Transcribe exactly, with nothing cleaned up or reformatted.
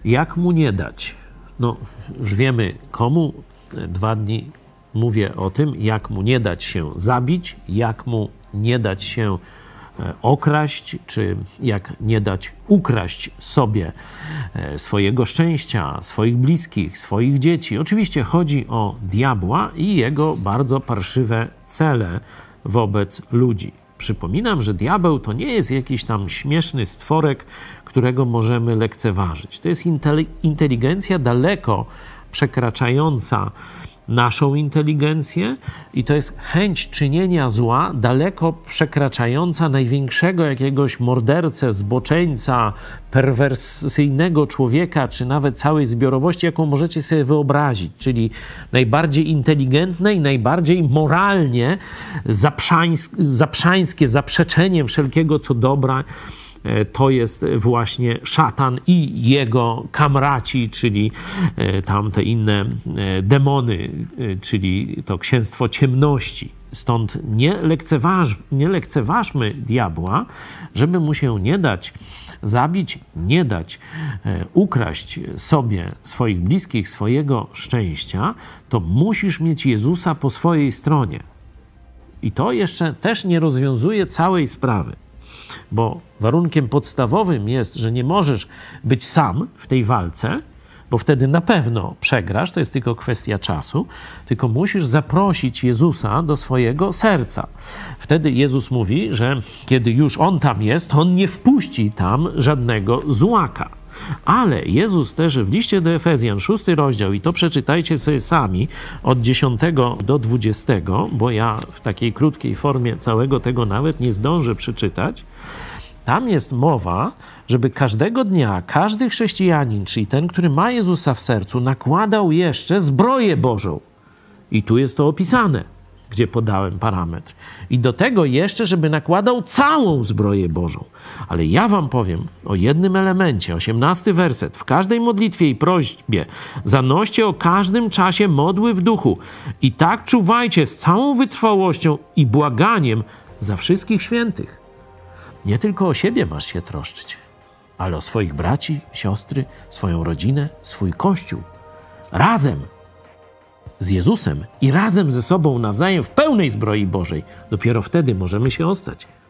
Jak mu nie dać? No, już wiemy komu. Dwa dni mówię o tym, jak mu nie dać się zabić, jak mu nie dać się okraść, czy jak nie dać ukraść sobie swojego szczęścia, swoich bliskich, swoich dzieci. Oczywiście chodzi o diabła i jego bardzo parszywe cele wobec ludzi. Przypominam, że diabeł to nie jest jakiś tam śmieszny stworek, którego możemy lekceważyć. To jest inteligencja daleko przekraczająca naszą inteligencję i to jest chęć czynienia zła daleko przekraczająca największego jakiegoś mordercę, zboczeńca, perwersyjnego człowieka, czy nawet całej zbiorowości, jaką możecie sobie wyobrazić, czyli najbardziej inteligentne i najbardziej moralnie zaprzańskie, zaprzańskie zaprzeczeniem wszelkiego co dobra. To jest właśnie szatan i jego kamraci, czyli tamte inne demony, czyli to księstwo ciemności. Stąd nie, lekceważ, nie lekceważmy diabła, żeby mu się nie dać zabić, nie dać ukraść sobie swoich bliskich, swojego szczęścia, to musisz mieć Jezusa po swojej stronie. I to jeszcze też nie rozwiązuje całej sprawy. Bo warunkiem podstawowym jest, że nie możesz być sam w tej walce, bo wtedy na pewno przegrasz, to jest tylko kwestia czasu, tylko musisz zaprosić Jezusa do swojego serca. Wtedy Jezus mówi, że kiedy już On tam jest, to On nie wpuści tam żadnego złaka. Ale Jezus też w liście do Efezjan, szósty rozdział, i to przeczytajcie sobie sami od dziesiątego do dwudziestego, bo ja w takiej krótkiej formie całego tego nawet nie zdążę przeczytać. Tam jest mowa, żeby każdego dnia każdy chrześcijanin, czyli ten, który ma Jezusa w sercu, nakładał jeszcze zbroję Bożą. I tu jest to opisane, gdzie podałem parametr. I do tego jeszcze, żeby nakładał całą zbroję Bożą. Ale ja wam powiem o jednym elemencie, osiemnasty werset. W każdej modlitwie i prośbie zanoście o każdym czasie modły w duchu. I tak czuwajcie z całą wytrwałością i błaganiem za wszystkich świętych. Nie tylko o siebie masz się troszczyć, ale o swoich braci, siostry, swoją rodzinę, swój Kościół. Razem z Jezusem i razem ze sobą nawzajem w pełnej zbroi Bożej. Dopiero wtedy możemy się ostać.